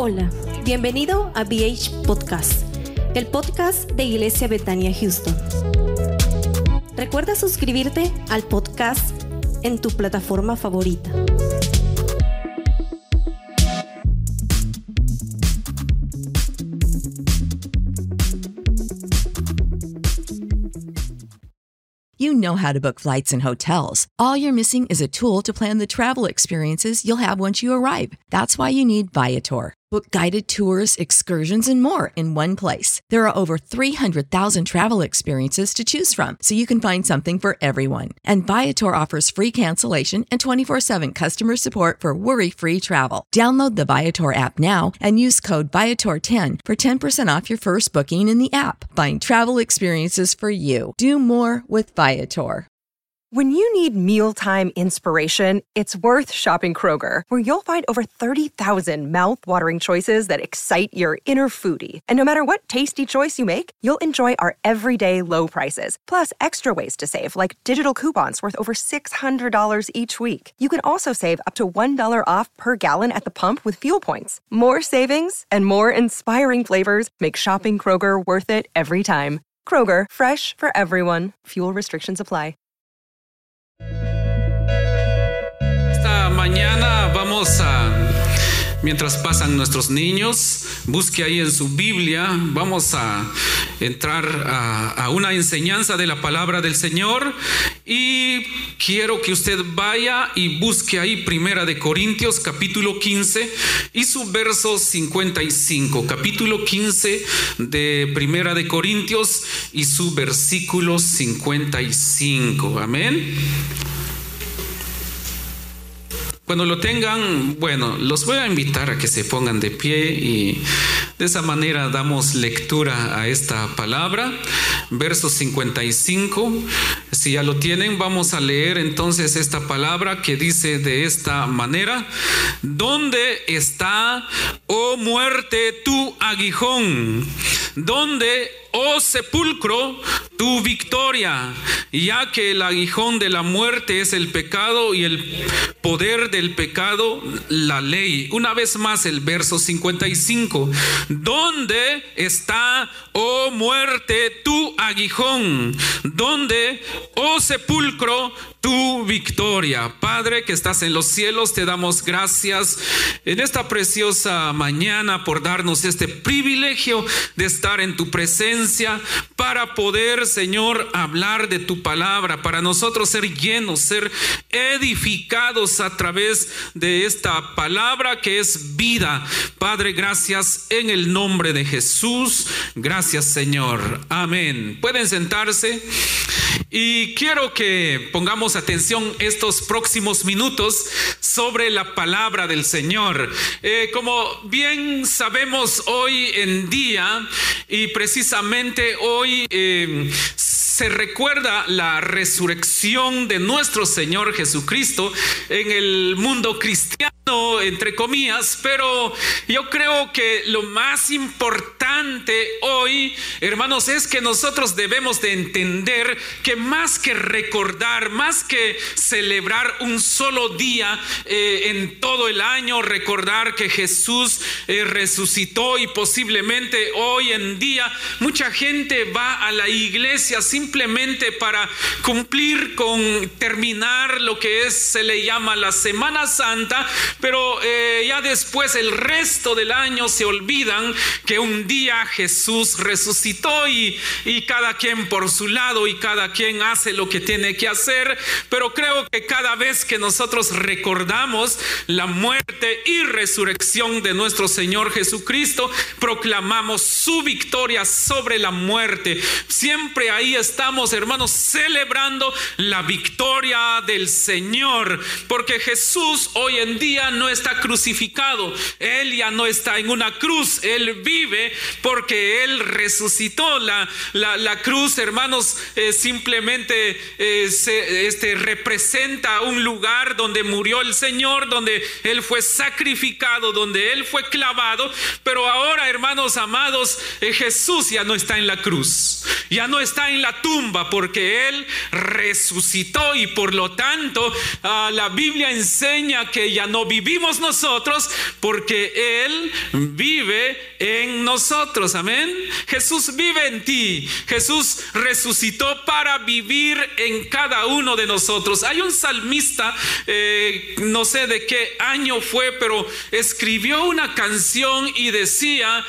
Hola, bienvenido a BH Podcast, el podcast de Iglesia Betania Houston. Recuerda suscribirte al podcast en tu plataforma favorita. You know how to book flights and hotels. All you're missing is a tool to plan the travel experiences you'll have once you arrive. That's why you need Viator. Book guided tours, excursions, and more in one place. There are over 300,000 travel experiences to choose from, so you can find something for everyone. And Viator offers free cancellation and 24/7 customer support for worry-free travel. Download the Viator app now and use code Viator10 for 10% off your first booking in the app. Find travel experiences for you. Do more with Viator. When you need mealtime inspiration, it's worth shopping Kroger, where you'll find over 30,000 mouth-watering choices that excite your inner foodie. And no matter what tasty choice you make, you'll enjoy our everyday low prices, plus extra ways to save, like digital coupons worth over $600 each week. You can also save up to $1 off per gallon at the pump with fuel points. More savings and more inspiring flavors make shopping Kroger worth it every time. Kroger, fresh for everyone. Fuel restrictions apply. Esta mañana vamos mientras pasan nuestros niños, busque ahí en su Biblia, vamos a entrar a una enseñanza de la palabra del Señor y quiero que usted vaya y busque ahí Primera de Corintios capítulo 15 y su verso 55, capítulo 15 de Primera de Corintios y su versículo 55, amén. Cuando lo tengan, bueno, los voy a invitar a que se pongan de pie y de esa manera damos lectura a esta palabra. Verso 55, si ya lo tienen, vamos a leer entonces esta palabra que dice de esta manera: ¿Dónde está, oh muerte, tu aguijón? ¿Dónde, oh sepulcro, tu victoria? Ya que el aguijón de la muerte es el pecado y el poder del pecado, la ley. Una vez más el verso 55. ¿Dónde está, oh muerte, tu aguijón? ¿Dónde, oh sepulcro, tu victoria? Padre que estás en los cielos, te damos gracias en esta preciosa mañana por darnos este privilegio de estar en tu presencia para poder, Señor, hablar de tu palabra, para nosotros ser llenos, ser edificados a través de esta palabra que es vida. Padre, gracias en el nombre de Jesús. Gracias, Señor. Amén. Pueden sentarse y quiero que pongamos atención estos próximos minutos sobre la palabra del Señor. Como bien sabemos hoy en día, y precisamente hoy se recuerda la resurrección de nuestro Señor Jesucristo en el mundo cristiano, entre comillas, pero yo creo que lo más importante hoy, hermanos, es que nosotros debemos de entender que más que recordar, más que celebrar un solo día en todo el año, recordar que Jesús resucitó, y posiblemente hoy en día mucha gente va a la iglesia simplemente para cumplir con terminar lo que se le llama la Semana Santa, pero ya después el resto del año se olvidan que un día Jesús resucitó y cada quien por su lado y cada quien hace lo que tiene que hacer. Pero creo que cada vez que nosotros recordamos la muerte y resurrección de nuestro Señor Jesucristo, proclamamos su victoria sobre la muerte. Siempre ahí estamos, hermanos, celebrando la victoria del Señor, porque Jesús hoy en día no está crucificado. Él ya no está en una cruz, Él vive porque Él resucitó. La cruz, hermanos, simplemente representa un lugar donde murió el Señor, donde Él fue sacrificado, donde Él fue clavado. Pero ahora, hermanos amados, Jesús ya no está en la cruz. ya no está en la tumba porque Él resucitó, y por lo tanto la Biblia enseña que ya no vivimos nosotros porque Él vive en nosotros. Amén. Jesús vive en ti. Jesús resucitó para vivir en cada uno de nosotros. Hay un salmista, no sé de qué año fue, pero escribió una canción y decía,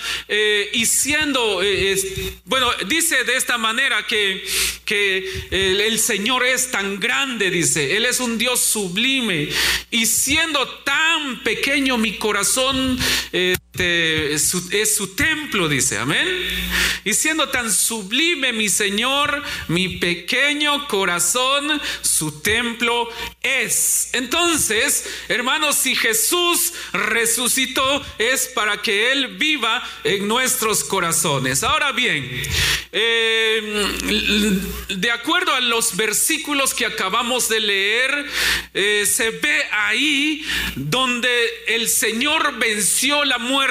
dice de esta manera que el Señor es tan grande, dice, Él es un Dios sublime, y siendo tan pequeño mi corazón, es su templo, dice. Amén. Y siendo tan sublime mi Señor, mi pequeño corazón, su templo es. Entonces, hermanos, si Jesús resucitó, es para que Él viva en nuestros corazones. Ahora bien, de acuerdo a los versículos que acabamos de leer, se ve ahí donde el Señor venció la muerte.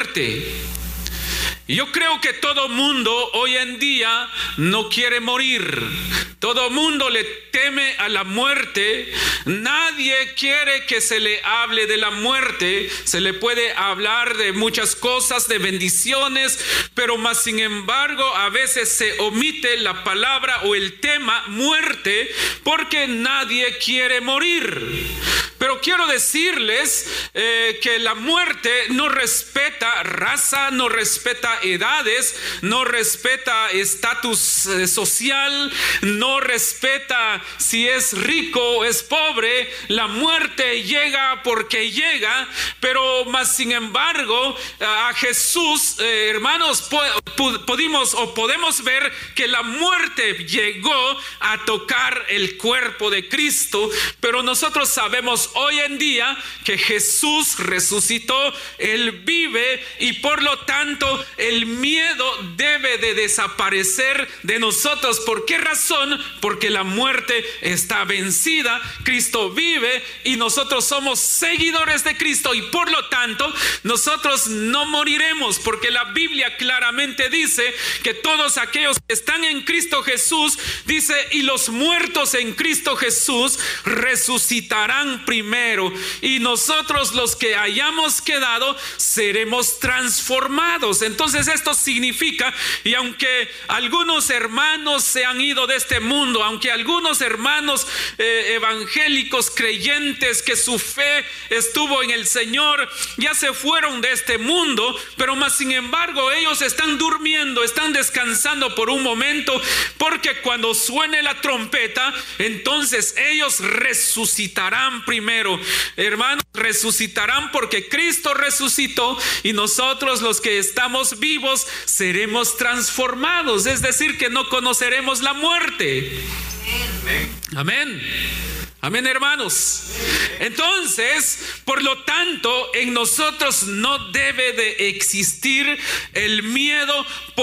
Yo creo que todo mundo hoy en día no quiere morir. Todo mundo le teme a la muerte. Nadie quiere que se le hable de la muerte. Se le puede hablar de muchas cosas, de bendiciones, pero más sin embargo a veces se omite la palabra o el tema muerte porque nadie quiere morir. Pero quiero decirles que la muerte no respeta raza, no respeta edades, no respeta estatus social, no respeta si es rico o es pobre. La muerte llega porque llega, pero más sin embargo a Jesús, hermanos, podemos ver que la muerte llegó a tocar el cuerpo de Cristo, pero nosotros sabemos hoy en día que Jesús resucitó, Él vive, y por lo tanto el miedo debe de desaparecer de nosotros. ¿Por qué razón? Porque la muerte está vencida, Cristo vive y nosotros somos seguidores de Cristo, y por lo tanto nosotros no moriremos, porque la Biblia claramente dice que todos aquellos que están en Cristo Jesús, dice, y los muertos en Cristo Jesús resucitarán primero, y nosotros los que hayamos quedado seremos transformados. Entonces esto significa, y aunque algunos hermanos se han ido de este mundo, aunque algunos hermanos evangélicos creyentes que su fe estuvo en el Señor ya se fueron de este mundo, pero más sin embargo ellos están durmiendo, están descansando por un momento, porque cuando suene la trompeta, entonces ellos resucitarán primero. Hermanos, resucitarán porque Cristo resucitó, y nosotros los que estamos vivos seremos transformados, es decir, que no conoceremos la muerte. Amén. Amén, hermanos. Entonces, por lo tanto, en nosotros no debe de existir el miedo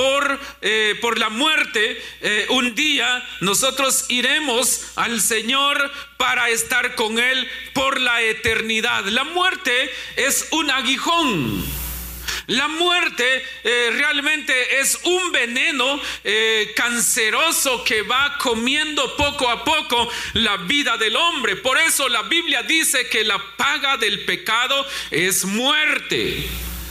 por la muerte. Un día nosotros iremos al Señor para estar con Él por la eternidad. La muerte es un aguijón. La muerte realmente es un veneno canceroso que va comiendo poco a poco la vida del hombre. Por eso la Biblia dice que la paga del pecado es muerte.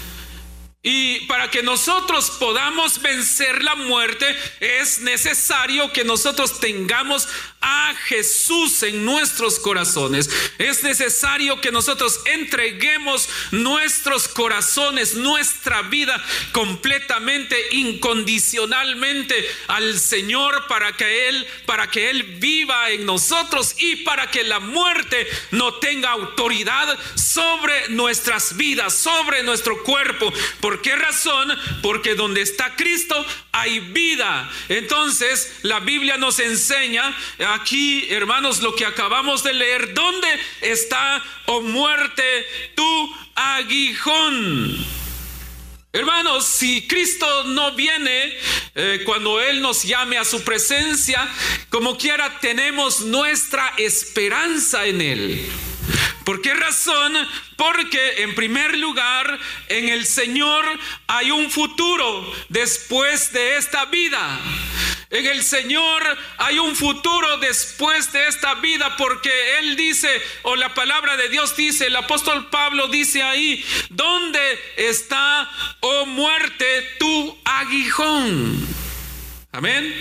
Y para que nosotros podamos vencer la muerte, es necesario que nosotros tengamos a Jesús en nuestros corazones. Es necesario que nosotros entreguemos nuestros corazones, nuestra vida completamente, incondicionalmente al Señor, para que Él viva en nosotros y para que la muerte no tenga autoridad sobre nuestras vidas, sobre nuestro cuerpo. ¿Por qué razón? Porque donde está Cristo hay vida. Entonces la Biblia nos enseña aquí, hermanos, lo que acabamos de leer. ¿Dónde está, oh muerte, tu aguijón? Hermanos, si Cristo no viene cuando Él nos llame a su presencia, como quiera tenemos nuestra esperanza en Él. ¿Por qué razón? Porque en primer lugar, en el Señor hay un futuro después de esta vida. En el Señor hay un futuro después de esta vida, porque Él dice, o la palabra de Dios dice, el apóstol Pablo dice ahí: ¿dónde está, oh muerte, tu aguijón? Amén.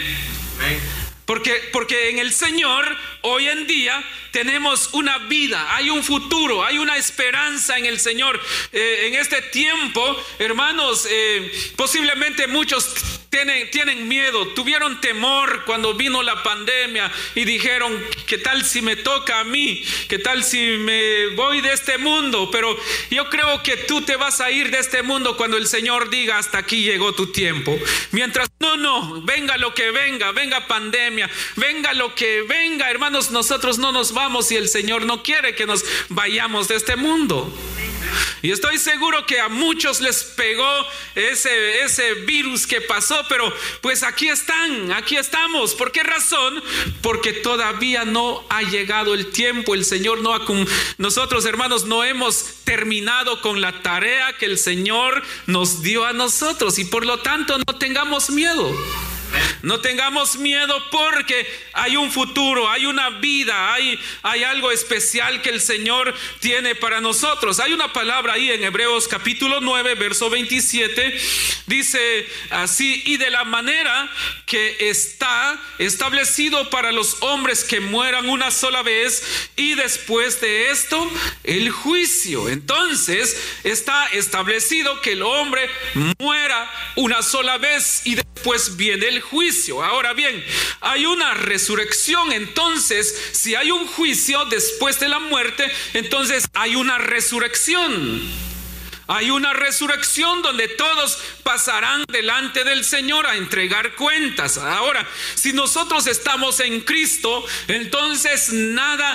Porque en el Señor hoy en día tenemos una vida, hay un futuro, hay una esperanza en el Señor. En este tiempo, hermanos, posiblemente muchos tienen miedo, tuvieron temor cuando vino la pandemia y dijeron: ¿qué tal si me toca a mí? ¿Qué tal si me voy de este mundo? Pero yo creo que tú te vas a ir de este mundo cuando el Señor diga: hasta aquí llegó tu tiempo. Mientras venga lo que venga, venga pandemia, venga lo que venga, hermanos, nosotros no nos vamos, y el Señor no quiere que nos vayamos de este mundo. Y estoy seguro que a muchos les pegó ese virus que pasó, pero pues aquí estamos. ¿Por qué razón? Porque todavía no ha llegado el tiempo. El Señor nosotros, hermanos, no hemos terminado con la tarea que el Señor nos dio a nosotros, y por lo tanto no tengamos miedo. No tengamos miedo, porque hay un futuro, hay una vida, hay algo especial que el Señor tiene para nosotros. Hay una palabra ahí en Hebreos capítulo 9, verso 27, dice así: y de la manera que está establecido para los hombres que mueran una sola vez, y después de esto el juicio. Entonces está establecido que el hombre muera una sola vez y después viene el juicio. Ahora bien, hay una resurrección. Entonces, si hay un juicio después de la muerte, entonces hay una resurrección. Hay una resurrección donde todos pasarán delante del Señor a entregar cuentas. Ahora, si nosotros estamos en Cristo, entonces nada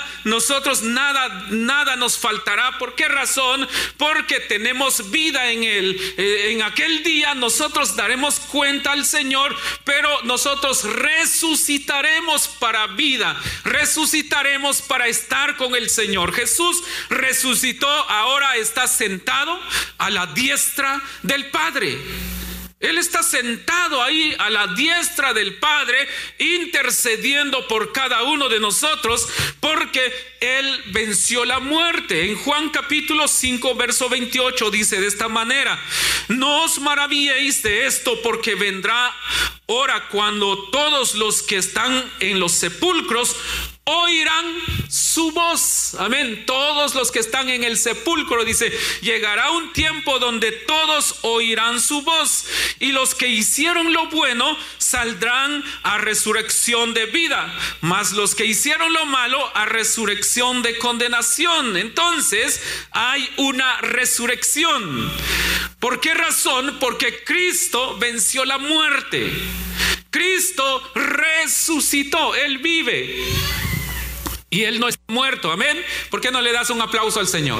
nos faltará. ¿Por qué razón? Porque tenemos vida en Él. En aquel día nosotros daremos cuenta al Señor, pero nosotros resucitaremos para vida. Resucitaremos para estar con el Señor. Jesús resucitó, ahora está sentado a la diestra del Padre. Él está sentado ahí a la diestra del Padre, intercediendo por cada uno de nosotros, porque Él venció la muerte. En Juan capítulo 5, verso 28 dice de esta manera: no os maravilléis de esto, porque vendrá hora cuando todos los que están en los sepulcros oirán su voz. Amén. Todos los que están en el sepulcro, dice, llegará un tiempo donde todos oirán su voz, y los que hicieron lo bueno saldrán a resurrección de vida, mas los que hicieron lo malo a resurrección de condenación. Entonces hay una resurrección. ¿Por qué razón? Porque Cristo venció la muerte. Cristo resucitó. Él vive y Él no está muerto. Amén. ¿Por qué no le das un aplauso al Señor?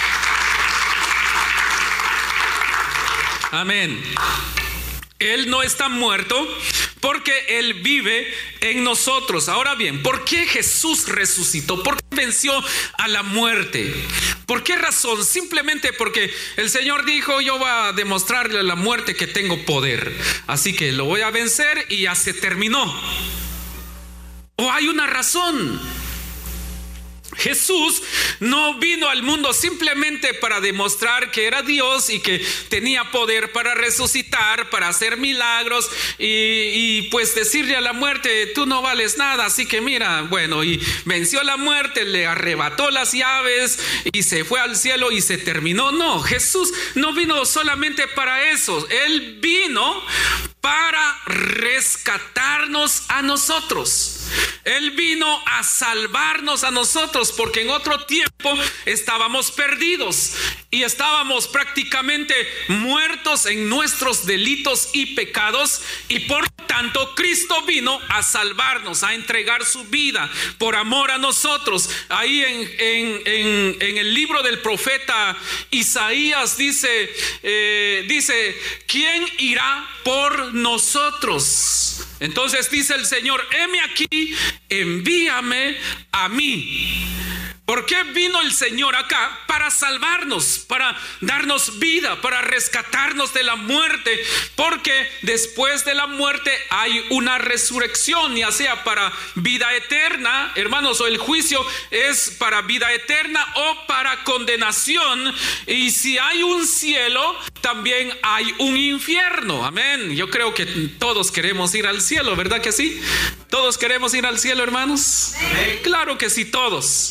Amén. Él no está muerto porque Él vive en nosotros. Ahora bien, ¿por qué Jesús resucitó? ¿Por qué venció a la muerte? ¿Por qué razón? Simplemente porque el Señor dijo: yo voy a demostrarle a la muerte que tengo poder, así que lo voy a vencer y ya se terminó. ¿O hay una razón? Jesús no vino al mundo simplemente para demostrar que era Dios y que tenía poder para resucitar, para hacer milagros y pues decirle a la muerte: tú no vales nada, así que mira, bueno, y venció la muerte, le arrebató las llaves y se fue al cielo y se terminó. No, Jesús no vino solamente para eso. Él vino para rescatarnos a nosotros. Él vino a salvarnos a nosotros, porque en otro tiempo estábamos perdidos y estábamos prácticamente muertos en nuestros delitos y pecados, y por tanto Cristo vino a salvarnos, a entregar su vida por amor a nosotros. Ahí en el libro del profeta Isaías dice, ¿quién irá por nosotros? Entonces dice el Señor: heme aquí, envíame a mí. ¿Por qué vino el Señor acá? Para salvarnos, para darnos vida, para rescatarnos de la muerte. Porque después de la muerte hay una resurrección, ya sea para vida eterna, hermanos, o el juicio es para vida eterna o para condenación. Y si hay un cielo, también hay un infierno. Amén. Yo creo que todos queremos ir al cielo, ¿verdad que sí? ¿Todos queremos ir al cielo, hermanos? Claro que sí, todos.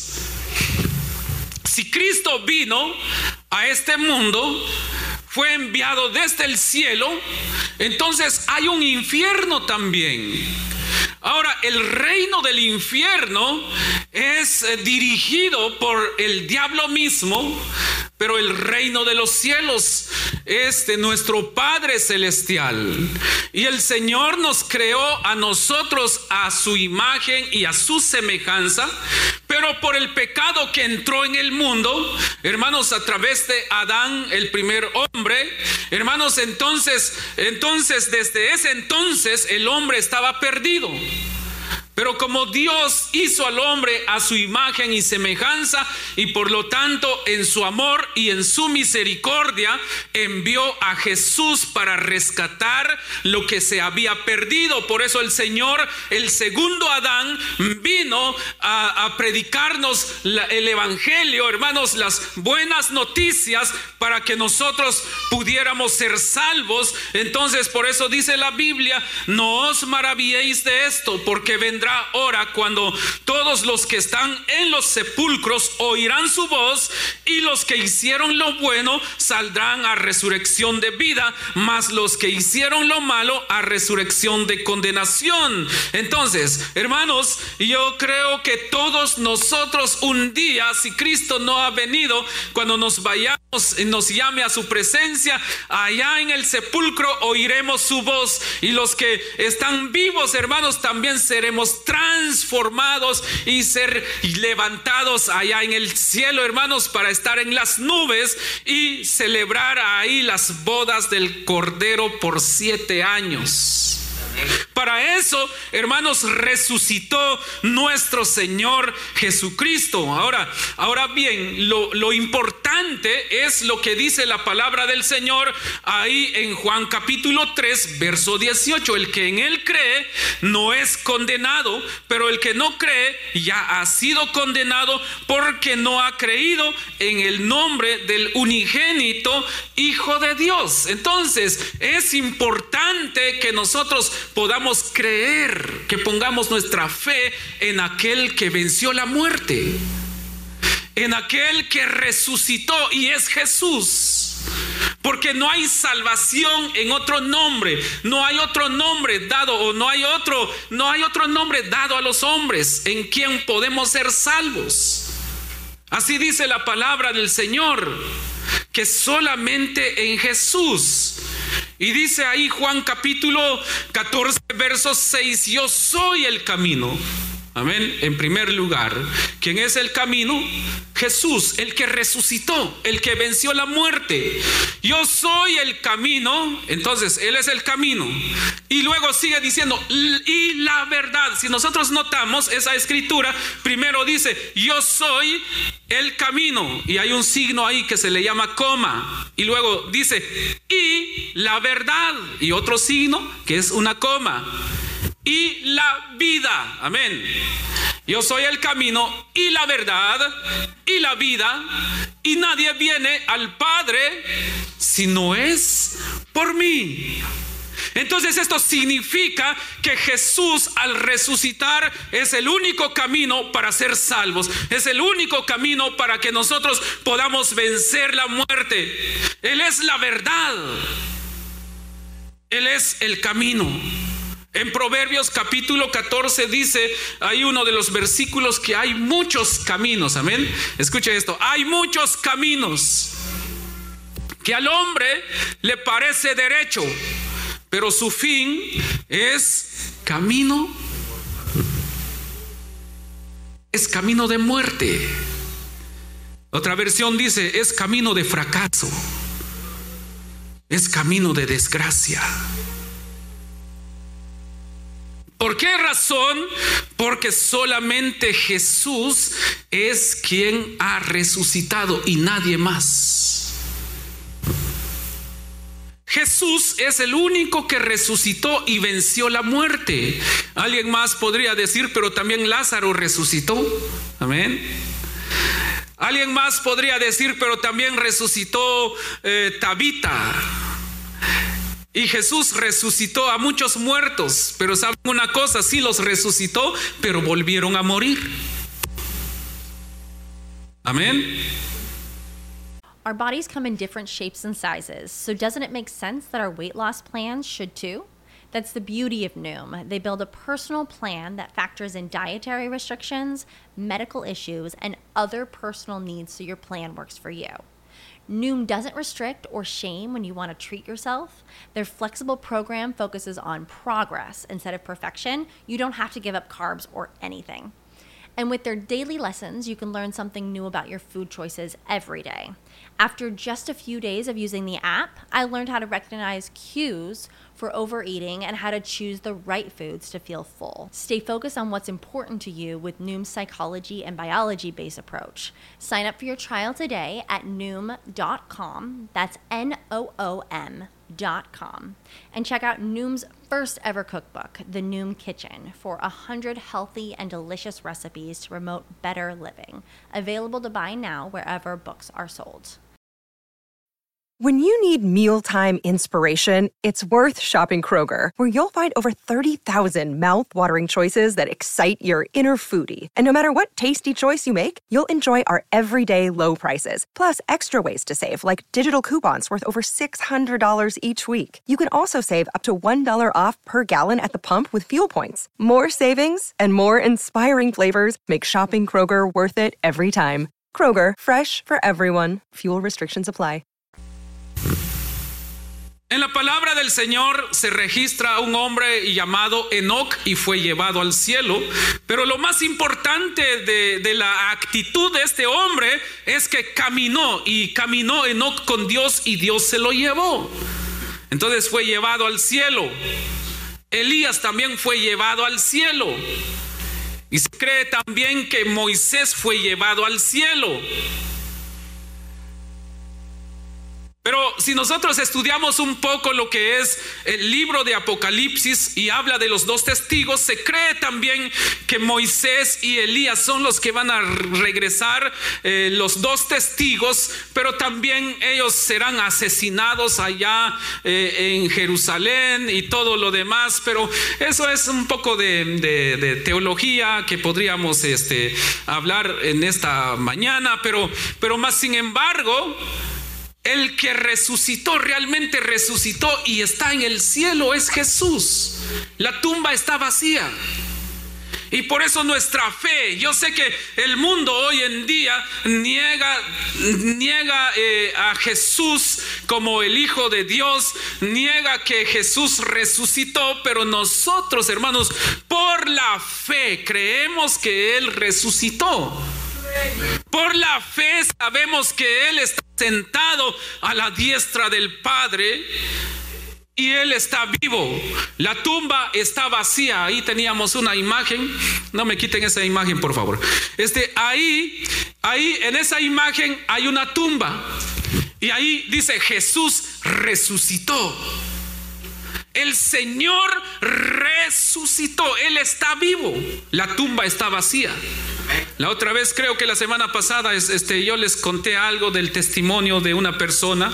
Si Cristo vino a este mundo, fue enviado desde el cielo, entonces hay un infierno también. Ahora, el reino del infierno es dirigido por el diablo mismo, pero el reino de los cielos es de nuestro Padre Celestial. Y el Señor nos creó a nosotros a su imagen y a su semejanza, pero por el pecado que entró en el mundo, hermanos, a través de Adán, el primer hombre, hermanos, entonces desde ese entonces el hombre estaba perdido. Pero como Dios hizo al hombre a su imagen y semejanza, y por lo tanto en su amor y en su misericordia envió a Jesús para rescatar lo que se había perdido. Por eso el Señor, el segundo Adán, vino a predicarnos el evangelio, hermanos, las buenas noticias, para que nosotros pudiéramos ser salvos. Entonces, por eso dice la Biblia: no os maravilléis de esto, porque vendrá hora cuando todos los que están en los sepulcros oirán su voz, y los que hicieron lo bueno saldrán a resurrección de vida, mas los que hicieron lo malo a resurrección de condenación. Entonces, hermanos, yo creo que todos nosotros un día, si Cristo no ha venido, cuando nos vayamos, nos llame a su presencia, allá en el sepulcro oiremos su voz, y los que están vivos, hermanos, también seremos transformados y ser levantados allá en el cielo, hermanos, para estar en las nubes y celebrar ahí las bodas del Cordero por 7 años. Para eso, hermanos, resucitó nuestro Señor Jesucristo. Ahora bien, lo importante es lo que dice la palabra del Señor ahí en Juan capítulo 3, verso 18. El que en él cree no es condenado, pero el que no cree ya ha sido condenado, porque no ha creído en el nombre del unigénito Hijo de Dios. Entonces, es importante que nosotros podamos creer, que pongamos nuestra fe en aquel que venció la muerte, en aquel que resucitó, y es Jesús. Porque no hay salvación en otro nombre, no hay otro nombre dado, o no hay otro nombre dado a los hombres en quien podemos ser salvos. Así dice la palabra del Señor, que solamente en Jesús. Y dice ahí Juan capítulo 14, verso 6: yo soy el camino. Amén. En primer lugar, ¿quién es el camino? Jesús, el que resucitó, el que venció la muerte. Yo soy el camino. Entonces, Él es el camino. Y luego sigue diciendo: y la verdad. Si nosotros notamos esa escritura, primero dice: yo soy el camino, y hay un signo ahí que se le llama coma, y luego dice: y la verdad, y otro signo que es una coma, y la vida. Amén. Yo soy el camino y la verdad y la vida, y nadie viene al Padre si no es por mí. Entonces esto significa que Jesús, al resucitar, es el único camino para ser salvos. Es el único camino para que nosotros podamos vencer la muerte. Él es la verdad. Él es el camino. En Proverbios capítulo 14 dice, hay uno de los versículos, que hay muchos caminos. Amén. Escuche esto: hay muchos caminos que al hombre le parece derecho, pero su fin es camino de muerte. Otra versión dice: es camino de fracaso, es camino de desgracia. ¿Por qué razón? Porque solamente Jesús es quien ha resucitado y nadie más. Jesús es el único que resucitó y venció la muerte. Alguien más podría decir, pero también Lázaro resucitó. Amén. Alguien más podría decir, pero también resucitó Tabita. Y Jesús resucitó a muchos muertos, pero ¿saben una cosa? Sí los resucitó, pero volvieron a morir. Amén. Our bodies come in different shapes and sizes, so doesn't it make sense that our weight loss plans should too? That's the beauty of Noom. They build a personal plan that factors in dietary restrictions, medical issues, and other personal needs so your plan works for you. Noom doesn't restrict or shame when you want to treat yourself. Their flexible program focuses on progress instead of perfection. You don't have to give up carbs or anything. And with their daily lessons, you can learn something new about your food choices every day. After just a few days of using the app, I learned how to recognize cues for overeating and how to choose the right foods to feel full. Stay focused on what's important to you with Noom's psychology and biology-based approach. Sign up for your trial today at Noom.com. That's Noom.com. And check out Noom's first ever cookbook, The Noom Kitchen, for 100 healthy and delicious recipes to promote better living. Available to buy now wherever books are sold. When you need mealtime inspiration, it's worth shopping Kroger, where you'll find over 30,000 mouth-watering choices that excite your inner foodie. And no matter what tasty choice you make, you'll enjoy our everyday low prices, plus extra ways to save, like digital coupons worth over $600 each week. You can also save up to $1 off per gallon at the pump with fuel points. More savings and more inspiring flavors make shopping Kroger worth it every time. Kroger, fresh for everyone. Fuel restrictions apply. En la palabra del Señor se registra un hombre llamado Enoc y fue llevado al cielo. Pero lo más importante de la actitud de este hombre es que caminó Enoc con Dios y Dios se lo llevó. Entonces fue llevado al cielo. Elías también fue llevado al cielo. Y se cree también que Moisés fue llevado al cielo. Pero si nosotros estudiamos un poco lo que es el libro de Apocalipsis y habla de los dos testigos, se cree también que Moisés y Elías son los que van a regresar, los dos testigos, pero también ellos serán asesinados allá en Jerusalén y todo lo demás. Pero eso es un poco de teología que podríamos hablar en esta mañana, pero más sin embargo, el que resucitó, realmente resucitó y está en el cielo es Jesús. La tumba está vacía. Y por eso nuestra fe, yo sé que el mundo hoy en día niega a Jesús como el Hijo de Dios, niega que Jesús resucitó, pero nosotros, hermanos, por la fe creemos que Él resucitó. Por la fe sabemos que Él está sentado a la diestra del Padre y Él está vivo. La tumba está vacía. Ahí teníamos una imagen. No me quiten esa imagen, por favor. Ahí en esa imagen hay una tumba y ahí dice: Jesús resucitó. El Señor resucitó. Él está vivo. La tumba está vacía. La otra vez, creo que la semana pasada, yo les conté algo del testimonio de una persona.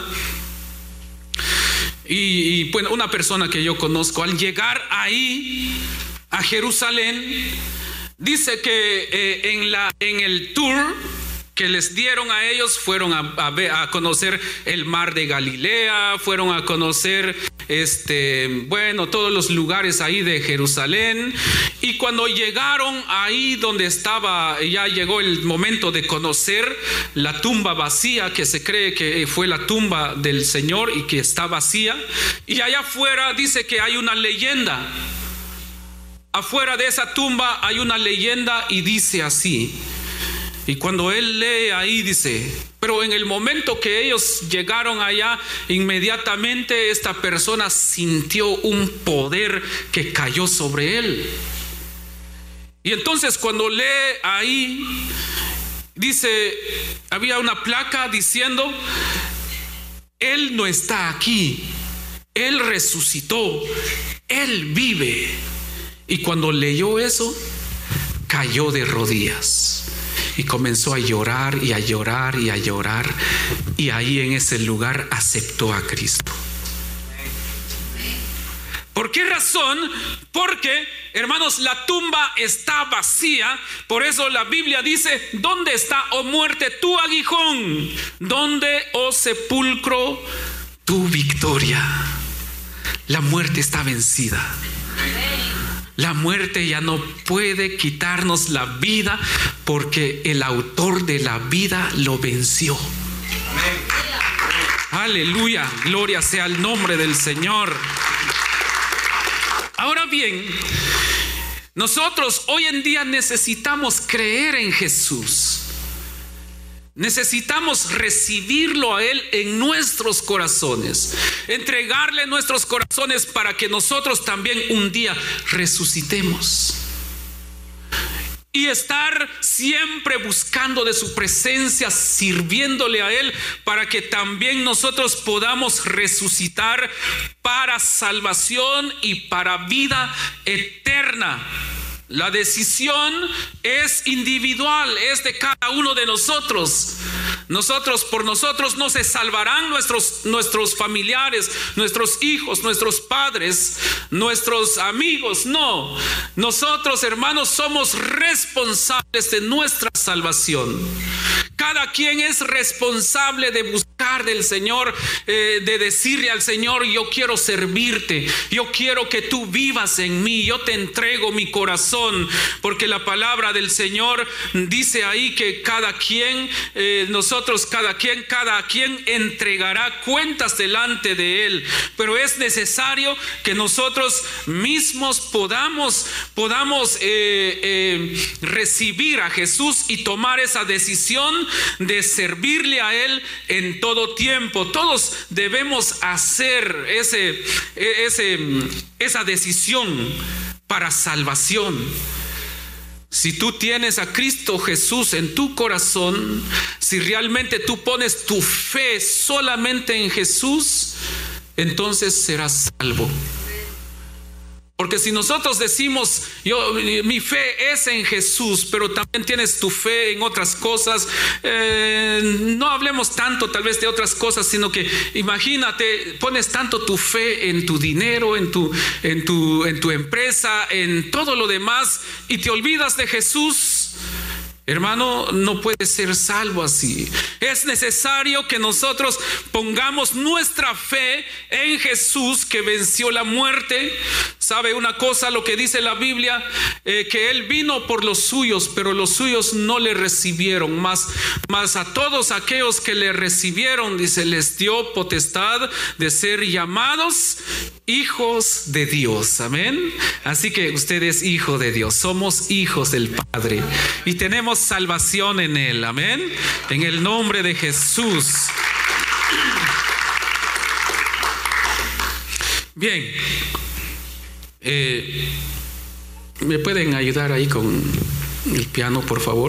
Y bueno, una persona que yo conozco, al llegar ahí a Jerusalén, dice que en el tour que les dieron a ellos, fueron a conocer el mar de Galilea, fueron a conocer todos los lugares ahí de Jerusalén. Y cuando llegaron ahí donde estaba, ya llegó el momento de conocer la tumba vacía, que se cree que fue la tumba del Señor y que está vacía. Y allá afuera dice que hay una leyenda. Afuera de esa tumba hay una leyenda y dice así. Y cuando él lee ahí dice: Pero en el momento que ellos llegaron allá, inmediatamente esta persona sintió un poder que cayó sobre él. Y entonces cuando lee ahí, dice, había una placa diciendo: Él no está aquí, Él resucitó, Él vive. Y cuando leyó eso, cayó de rodillas y comenzó a llorar y a llorar y a llorar, y ahí en ese lugar aceptó a Cristo. ¿Por qué razón? Porque, hermanos, la tumba está vacía. Por eso la Biblia dice: ¿dónde está, oh muerte, tu aguijón? ¿Dónde, oh sepulcro, tu victoria? La muerte está vencida. La muerte ya no puede quitarnos la vida, porque el autor de la vida lo venció. Aleluya, gloria sea el nombre del Señor. Ahora bien, nosotros hoy en día necesitamos creer en Jesús. Necesitamos recibirlo a Él en nuestros corazones, entregarle nuestros corazones para que nosotros también un día resucitemos. Y estar siempre buscando de su presencia, sirviéndole a Él, para que también nosotros podamos resucitar para salvación y para vida eterna. La decisión es individual, es de cada uno de nosotros. Por nosotros no se salvarán nuestros familiares, nuestros hijos, nuestros padres, nuestros amigos. No, nosotros, hermanos, somos responsables de nuestra salvación. Cada quien es responsable de buscar del Señor, de decirle al Señor: yo quiero servirte, yo quiero que tú vivas en mí, yo te entrego mi corazón. Porque la palabra del Señor dice ahí que cada quien entregará cuentas delante de Él. Pero es necesario que nosotros mismos podamos recibir a Jesús y tomar esa decisión de servirle a Él en todo tiempo. Todos debemos hacer esa decisión para salvación. Si tú tienes a Cristo Jesús en tu corazón, si realmente tú pones tu fe solamente en Jesús, entonces serás salvo. Porque si nosotros decimos: mi fe es en Jesús, pero también tienes tu fe en otras cosas, no hablemos tanto tal vez de otras cosas, sino que imagínate, pones tanto tu fe en tu dinero, en tu empresa, en todo lo demás, y te olvidas de Jesús. Hermano, no puede ser salvo así. Es necesario que nosotros pongamos nuestra fe en Jesús, que venció la muerte. ¿Sabe una cosa? Lo que dice la Biblia, que Él vino por los suyos, pero los suyos no le recibieron. Mas a todos aquellos que le recibieron, dice, les dio potestad de ser llamados hijos de Dios. Amén. Así que usted es hijo de Dios. Somos hijos del Padre y tenemos salvación en Él. Amén. En el nombre de Jesús. Bien. ¿Me pueden ayudar ahí con el piano, por favor?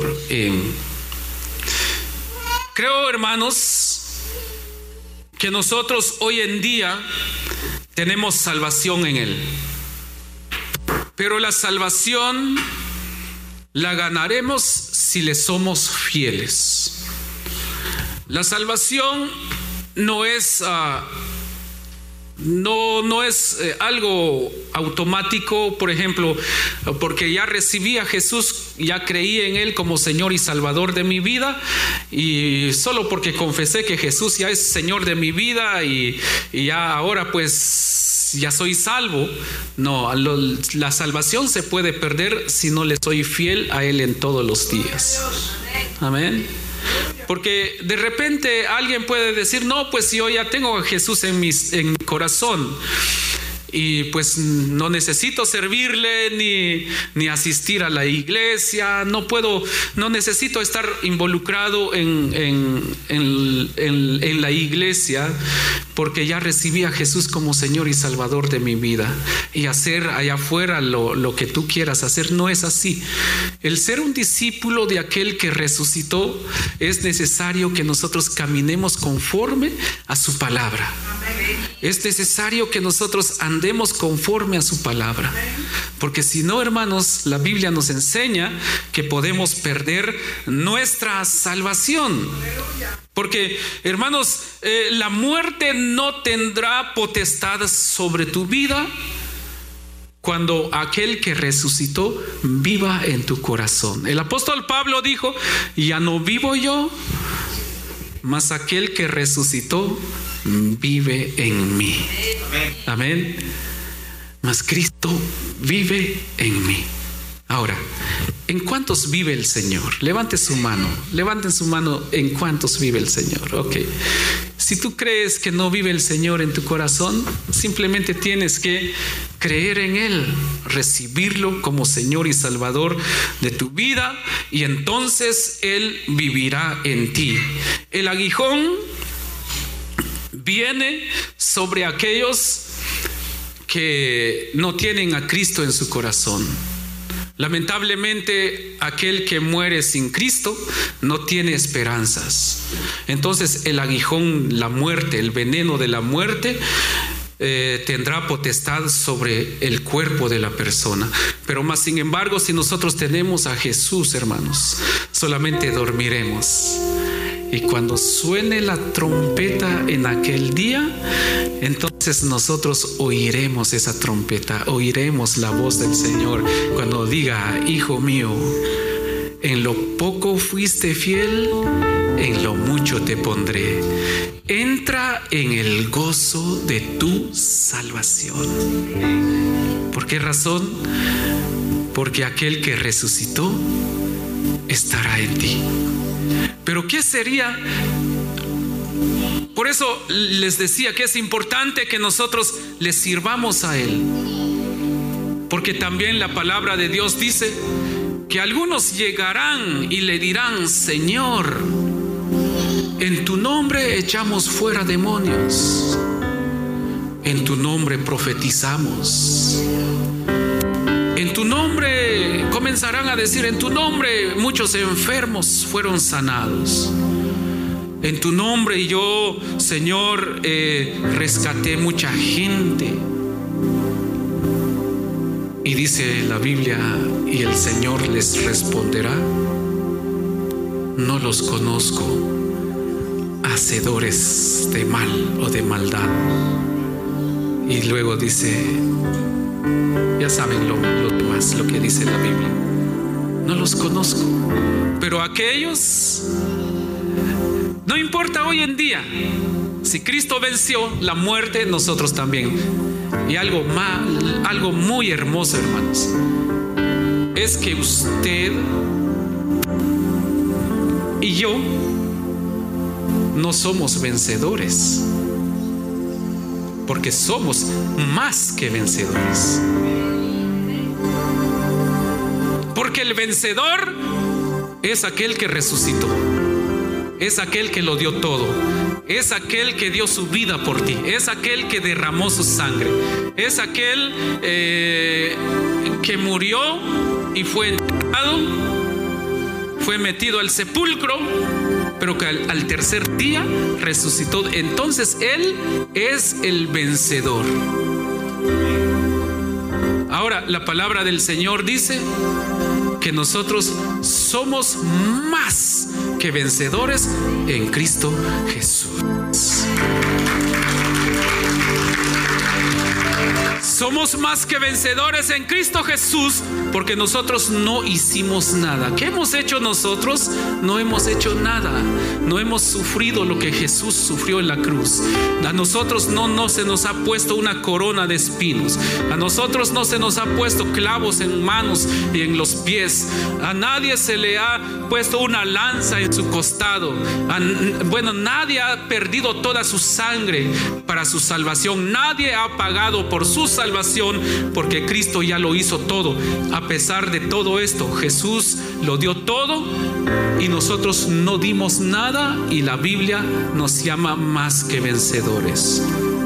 Creo, hermanos, que nosotros hoy en día tenemos salvación en Él. Pero la salvación la ganaremos si le somos fieles. La salvación no es algo automático. Por ejemplo, porque ya recibí a Jesús, ya creí en Él como Señor y Salvador de mi vida, y solo porque confesé que Jesús ya es Señor de mi vida y ya ahora pues ya soy salvo. No, la salvación se puede perder si no le soy fiel a Él en todos los días. Amén. Porque de repente alguien puede decir: no, pues yo ya tengo a Jesús en mi corazón. y pues no necesito servirle ni asistir a la iglesia, no necesito estar involucrado en la iglesia, porque ya recibí a Jesús como Señor y Salvador de mi vida, y hacer allá afuera lo que tú quieras hacer. No es así. El ser un discípulo de aquel que resucitó, es necesario que nosotros caminemos conforme a su palabra. Es necesario que nosotros andemos conforme a su palabra, porque si no, hermanos, la Biblia nos enseña que podemos perder nuestra salvación. Porque, hermanos, la muerte no tendrá potestad sobre tu vida cuando aquel que resucitó viva en tu corazón. El apóstol Pablo dijo: ya no vivo yo, mas aquel que resucitó vive en mí. Amén. Mas Cristo vive en mí. Ahora, ¿en cuántos vive el Señor? Levanten su mano, ¿en cuántos vive el Señor? Ok. Si tú crees que no vive el Señor en tu corazón, simplemente tienes que creer en Él, recibirlo como Señor y Salvador de tu vida, y entonces Él vivirá en ti. El aguijón viene sobre aquellos que no tienen a Cristo en su corazón. Lamentablemente, aquel que muere sin Cristo no tiene esperanzas. Entonces el aguijón, la muerte, el veneno de la muerte, tendrá potestad sobre el cuerpo de la persona. Pero más sin embargo, si nosotros tenemos a Jesús, hermanos, solamente dormiremos. Y cuando suene la trompeta en aquel día, entonces nosotros oiremos esa trompeta, oiremos la voz del Señor cuando diga: hijo mío, en lo poco fuiste fiel, en lo mucho te pondré. Entra en el gozo de tu salvación. ¿Por qué razón? Porque aquel que resucitó estará en ti. Pero ¿qué sería? Por eso les decía que es importante que nosotros le sirvamos a Él, porque también la palabra de Dios dice que algunos llegarán y le dirán: Señor, en tu nombre echamos fuera demonios, en tu nombre profetizamos, en tu nombre, comenzarán a decir, en tu nombre muchos enfermos fueron sanados. En tu nombre yo, Señor, rescaté mucha gente. Y dice la Biblia, y el Señor les responderá: no los conozco, hacedores de mal o de maldad. Y luego dice, ya saben lo demás, lo que dice la Biblia: no los conozco. Pero aquellos, no importa hoy en día, si Cristo venció la muerte, nosotros también. Y algo muy hermoso, hermanos, es que usted y yo no somos vencedores, porque somos más que vencedores. Porque el vencedor es aquel que resucitó, es aquel que lo dio todo, es aquel que dio su vida por ti, es aquel que derramó su sangre, es aquel que murió y fue enterrado, fue metido al sepulcro, pero que al tercer día resucitó. Entonces Él es el vencedor. Ahora, la palabra del Señor dice que nosotros somos más que vencedores en Cristo Jesús. Somos más que vencedores en Cristo Jesús, porque nosotros no hicimos nada. ¿Qué hemos hecho nosotros? No hemos hecho nada. No hemos sufrido lo que Jesús sufrió en la cruz. A nosotros no se nos ha puesto una corona de espinos. A nosotros no se nos ha puesto clavos en manos y en los pies. A nadie se le ha puesto una lanza en su costado. Nadie ha perdido toda su sangre para su salvación. Nadie ha pagado por su salvación, porque Cristo ya lo hizo todo. A pesar de todo esto, Jesús lo dio todo y nosotros no dimos nada, y la Biblia nos llama más que vencedores.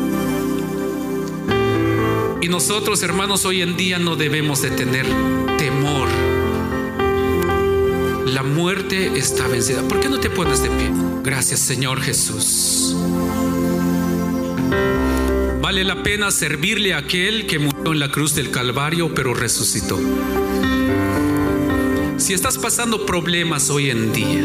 Y nosotros, hermanos, hoy en día no debemos de tener temor. La muerte está vencida. ¿Por qué no te pones de pie? Gracias, Señor Jesús. Vale la pena servirle a aquel que murió en la cruz del Calvario, pero resucitó. Si estás pasando problemas hoy en día,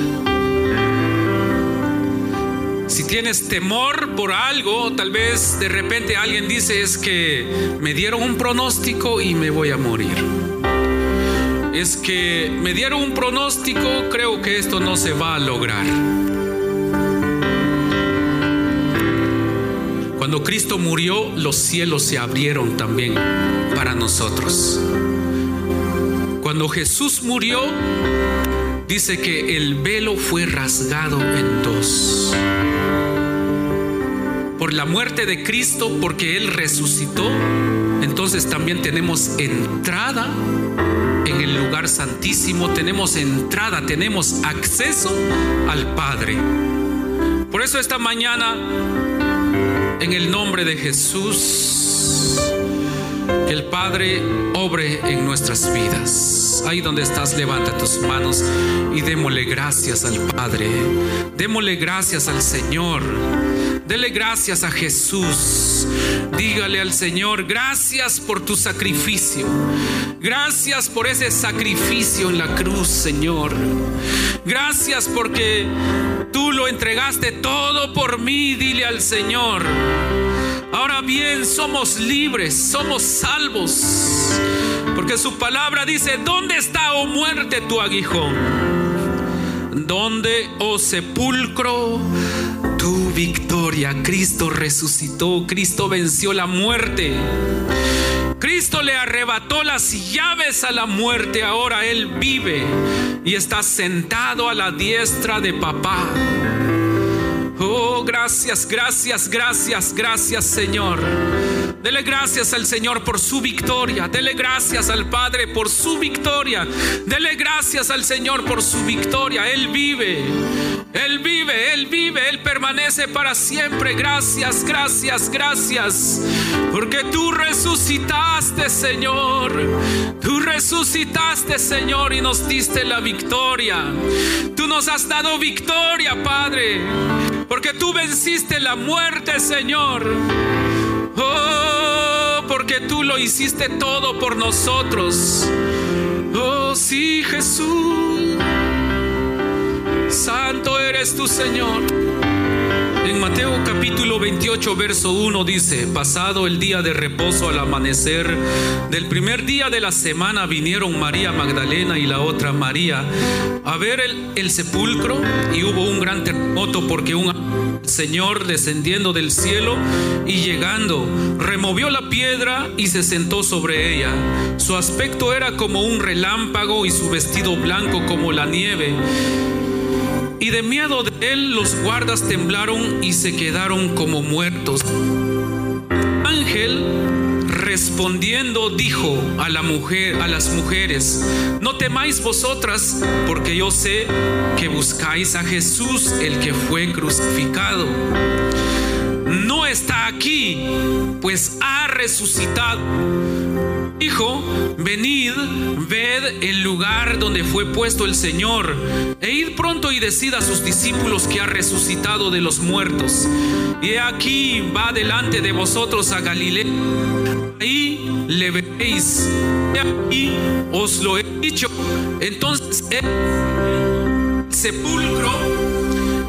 si tienes temor por algo, tal vez de repente alguien dice: es que me dieron un pronóstico y me voy a morir. Es que me dieron un pronóstico, creo que esto no se va a lograr. Cuando Cristo murió, los cielos se abrieron también para nosotros. Cuando Jesús murió, dice que el velo fue rasgado en dos. Por la muerte de Cristo, porque Él resucitó, entonces también tenemos entrada en el lugar santísimo. Tenemos entrada, tenemos acceso al Padre. Por eso esta mañana, en el nombre de Jesús, que el Padre obre en nuestras vidas. Ahí donde estás, levanta tus manos y démosle gracias al Padre. Démosle gracias al Señor. Dele gracias a Jesús. Dígale al Señor: gracias por tu sacrificio. Gracias por ese sacrificio en la cruz, Señor. Gracias porque tú lo entregaste todo por mí. Dile al Señor. Ahora bien, somos libres, somos salvos, porque su palabra dice: ¿dónde está, oh muerte, tu aguijón? ¿Dónde, oh sepulcro, tu victoria? Cristo resucitó, Cristo venció la muerte. Cristo le arrebató las llaves a la muerte. Ahora Él vive y está sentado a la diestra de Papá. Oh, gracias, gracias, gracias, gracias, Señor. Dele gracias al Señor por su victoria. Dele gracias al Padre por su victoria. Dele gracias al Señor por su victoria. Él vive. Él vive, Él vive, Él permanece para siempre. Gracias, gracias, gracias. Porque tú resucitaste, Señor. Tú resucitaste, Señor, y nos diste la victoria. Tú nos has dado victoria, Padre, porque tú venciste la muerte, Señor. Oh, porque tú lo hiciste todo por nosotros. Oh, sí, Jesús. Santo eres tú, Señor. En Mateo capítulo 28, verso 1 dice: pasado el día de reposo, al amanecer del primer día de la semana, vinieron María Magdalena y la otra María a ver el sepulcro, y hubo un gran terremoto, porque un Señor descendiendo del cielo y llegando removió la piedra y se sentó sobre ella. Su aspecto era como un relámpago y su vestido blanco como la nieve. Y de miedo de él los guardas temblaron y se quedaron como muertos. Ángel respondiendo dijo a las mujeres: no temáis vosotras, porque yo sé que buscáis a Jesús, el que fue crucificado. No está aquí, pues ha resucitado. Dijo: venid, ved el lugar donde fue puesto el Señor, e id pronto y decid a sus discípulos que ha resucitado de los muertos. Y he aquí va delante de vosotros a Galilea, ahí le veréis. He aquí os lo he dicho. Entonces el sepulcro,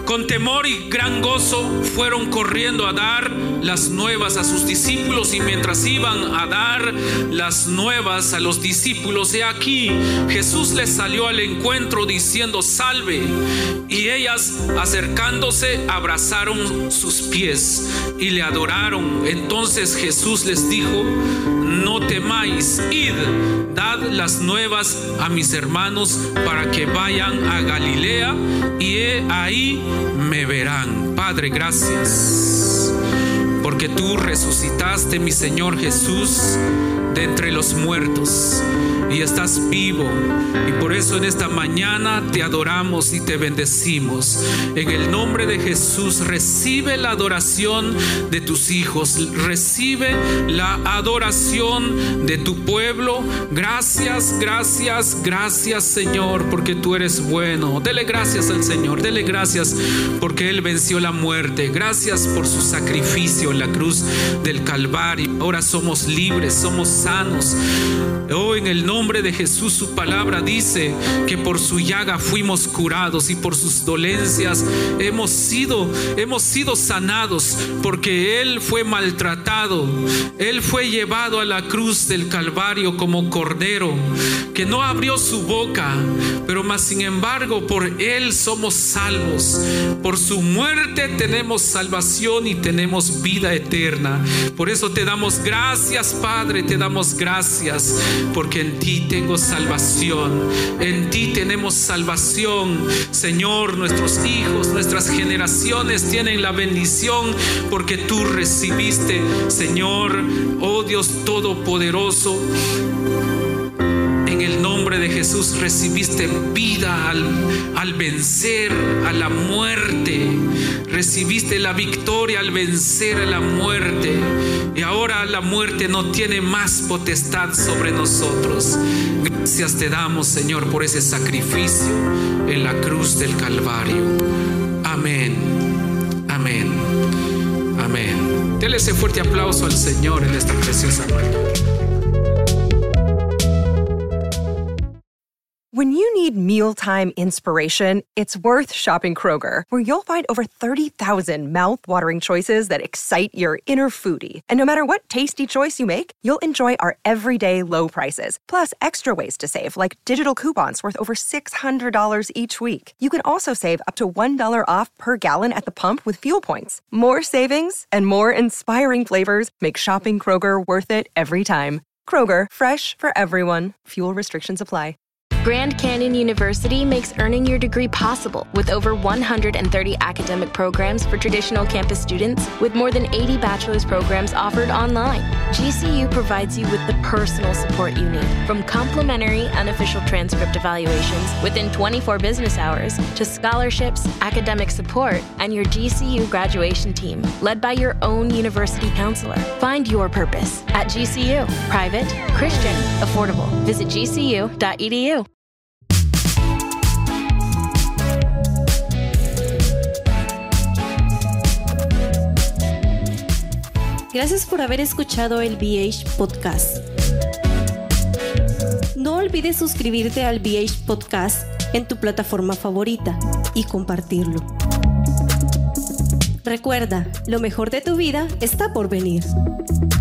Con temor y gran gozo fueron corriendo a dar las nuevas a sus discípulos, y mientras iban a dar las nuevas a los discípulos, he aquí, Jesús les salió al encuentro diciendo: salve. Y ellas, acercándose, abrazaron sus pies y le adoraron. Entonces Jesús les dijo: no temáis, id, dad las nuevas a mis hermanos para que vayan a Galilea, y ahí me verán. Padre, gracias porque tú resucitaste, mi Señor Jesús, de entre los muertos, y estás vivo, y por eso en esta mañana te adoramos y te bendecimos. En el nombre de Jesús, recibe la adoración de tus hijos, recibe la adoración de tu pueblo. Gracias, gracias, gracias, Señor, porque tú eres bueno. Dele gracias al Señor, dele gracias porque Él venció la muerte. Gracias por su sacrificio en la cruz del Calvario. Ahora somos libres, somos sanos. Oh, en el nombre de Jesús, su palabra dice que por su llaga fuimos curados, y por sus dolencias hemos sido sanados, porque Él fue maltratado, Él fue llevado a la cruz del Calvario como cordero, que no abrió su boca, pero más sin embargo por Él somos salvos. Por su muerte tenemos salvación y tenemos vida eterna. Por eso te damos gracias, Padre, te damos gracias, porque en ti tengo salvación, en ti tenemos salvación, Señor. Nuestros hijos, nuestras generaciones tienen la bendición porque tú recibiste, Señor, oh Dios todopoderoso. En el nombre de Jesús recibiste vida al vencer a la muerte. Recibiste la victoria al vencer a la muerte. Y ahora la muerte no tiene más potestad sobre nosotros. Gracias te damos, Señor, por ese sacrificio en la cruz del Calvario. Amén. Amén. Amén. Dele ese fuerte aplauso al Señor en esta preciosa mañana. When you need mealtime inspiration, it's worth shopping Kroger, where you'll find over 30,000 mouth-watering choices that excite your inner foodie. And no matter what tasty choice you make, you'll enjoy our everyday low prices, plus extra ways to save, like digital coupons worth over $600 each week. You can also save up to $1 off per gallon at the pump with fuel points. More savings and more inspiring flavors make shopping Kroger worth it every time. Kroger, fresh for everyone. Fuel restrictions apply. Grand Canyon University makes earning your degree possible with over 130 academic programs for traditional campus students, with more than 80 bachelor's programs offered online. GCU provides you with the personal support you need, from complimentary unofficial transcript evaluations within 24 business hours to scholarships, academic support, and your GCU graduation team, led by your own university counselor. Find your purpose at GCU. Private, Christian, affordable. Visit gcu.edu. Gracias por haber escuchado el BH Podcast. No olvides suscribirte al BH Podcast en tu plataforma favorita y compartirlo. Recuerda, lo mejor de tu vida está por venir.